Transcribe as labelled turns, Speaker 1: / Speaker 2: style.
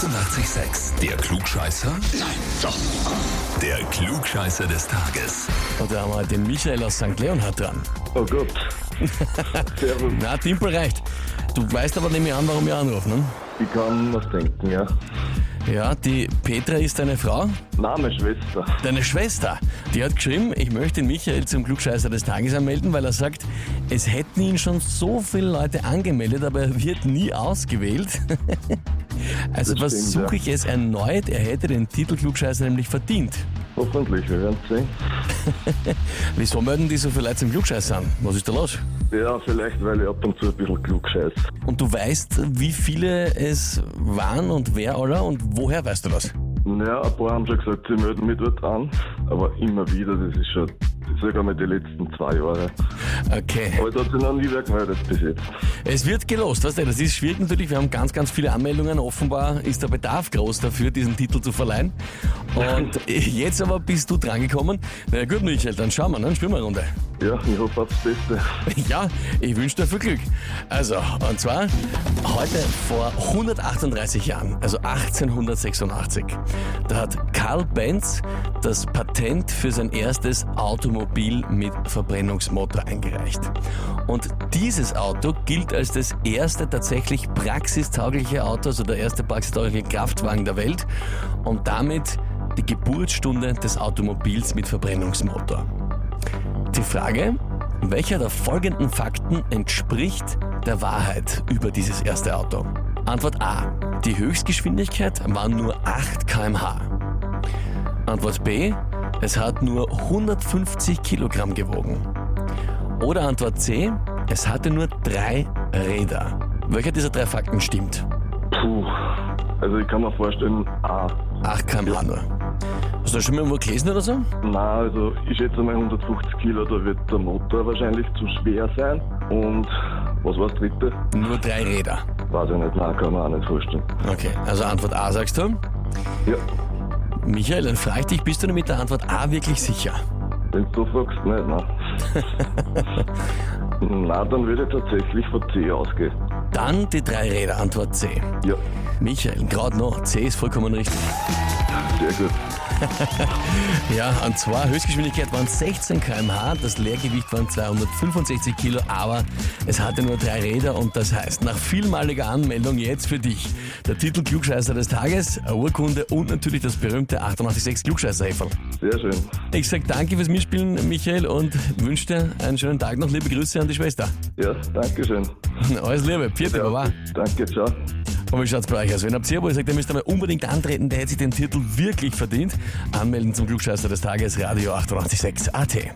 Speaker 1: 886, der Klugscheißer? Nein, doch. Der Klugscheißer des Tages.
Speaker 2: Und da haben wir den Michael aus St. Leonhard dran.
Speaker 3: Oh Gott. Servus.
Speaker 2: Na, Timpel reicht. Du weißt aber nämlich an, warum wir anrufen, ne?
Speaker 3: Ich kann was denken, ja.
Speaker 2: Ja, die Petra ist deine Frau.
Speaker 3: Name Schwester.
Speaker 2: Deine Schwester, die hat geschrieben, ich möchte den Michael zum Klugscheißer des Tages anmelden, weil er sagt, es hätten ihn schon so viele Leute angemeldet, aber er wird nie ausgewählt. Also
Speaker 3: Das stimmt,
Speaker 2: versuche ich es erneut, er hätte den Titel Klugscheißer nämlich verdient.
Speaker 3: Hoffentlich, wir werden sehen.
Speaker 2: Wieso melden die so viele Leute zum Klugscheißer an? Was ist da los?
Speaker 3: Ja, vielleicht, weil ich ab und zu ein bisschen klug scheiß.
Speaker 2: Und du weißt, wie viele es waren und wer aller und woher weißt du das?
Speaker 3: Ja, ein paar haben schon gesagt, sie melden mich dort an, aber immer wieder, das ist schon, sogar mal die letzten 2 Jahre.
Speaker 2: Okay.
Speaker 3: Aber da hat sich noch nie wer gemeldet bis jetzt.
Speaker 2: Es wird gelost, weißt du, das ist schwierig natürlich, wir haben ganz, ganz viele Anmeldungen, offenbar ist der Bedarf groß dafür, diesen Titel zu verleihen. Und jetzt aber bist du drangekommen. Na gut, Michael, dann schauen wir, dann spielen wir eine Runde.
Speaker 3: Ja, ich hoffe aufs Beste.
Speaker 2: Ja, ich wünsche dir viel Glück. Also, und zwar heute vor 138 Jahren, also 1886, da hat Karl Benz das Patent für sein erstes Automobil mit Verbrennungsmotor eingereicht. Und dieses Auto gilt als das erste tatsächlich praxistaugliche Auto, also der erste praxistaugliche Kraftwagen der Welt und damit die Geburtsstunde des Automobils mit Verbrennungsmotor. Die Frage, welcher der folgenden Fakten entspricht der Wahrheit über dieses erste Auto? Antwort A. Die Höchstgeschwindigkeit war nur 8 km/h. Antwort B. Es hat nur 150 Kilogramm gewogen. Oder Antwort C. Es hatte nur 3 Räder. Welcher dieser 3 Fakten stimmt?
Speaker 3: Puh, also ich kann mir vorstellen,
Speaker 2: 8 km/h nur. Hast du das schon mal irgendwo gelesen oder so?
Speaker 3: Nein, also ich schätze mal 150 Kilo, da wird der Motor wahrscheinlich zu schwer sein. Und was war das dritte?
Speaker 2: Nur 3 Räder.
Speaker 3: Weiß ich nicht, nein, kann man auch nicht vorstellen.
Speaker 2: Okay, also Antwort A sagst du?
Speaker 3: Ja,
Speaker 2: Michael, dann frage ich dich, bist du dir mit der Antwort A wirklich sicher?
Speaker 3: wenn du fragst, nicht, nein. Nein, dann würde ich tatsächlich von C ausgehen.
Speaker 2: Dann die 3 Räder, Antwort C.
Speaker 3: Ja,
Speaker 2: Michael, gerade noch, C ist vollkommen richtig.
Speaker 3: sehr gut.
Speaker 2: Ja, und zwar Höchstgeschwindigkeit waren 16 km/h, das Leergewicht waren 265 Kilo, aber es hatte nur 3 Räder und das heißt, nach vielmaliger Anmeldung jetzt für dich der Titel Klugscheißer des Tages, eine Urkunde und natürlich das berühmte 886 Klugscheißer-Häferl.
Speaker 3: Sehr schön.
Speaker 2: Ich sag danke fürs Mitspielen, Michael, und wünsche dir einen schönen Tag noch. Liebe Grüße an die Schwester.
Speaker 3: Ja, danke schön.
Speaker 2: Alles Liebe, Vierte Baba.
Speaker 3: Danke, ciao.
Speaker 2: Und wie schaut's bei euch aus? Wenn habt ihr, wo ihr sagt, ihr müsst einmal unbedingt antreten, der hätte sich den Titel wirklich verdient, anmelden zum Klugscheißer des Tages, Radio 886 AT.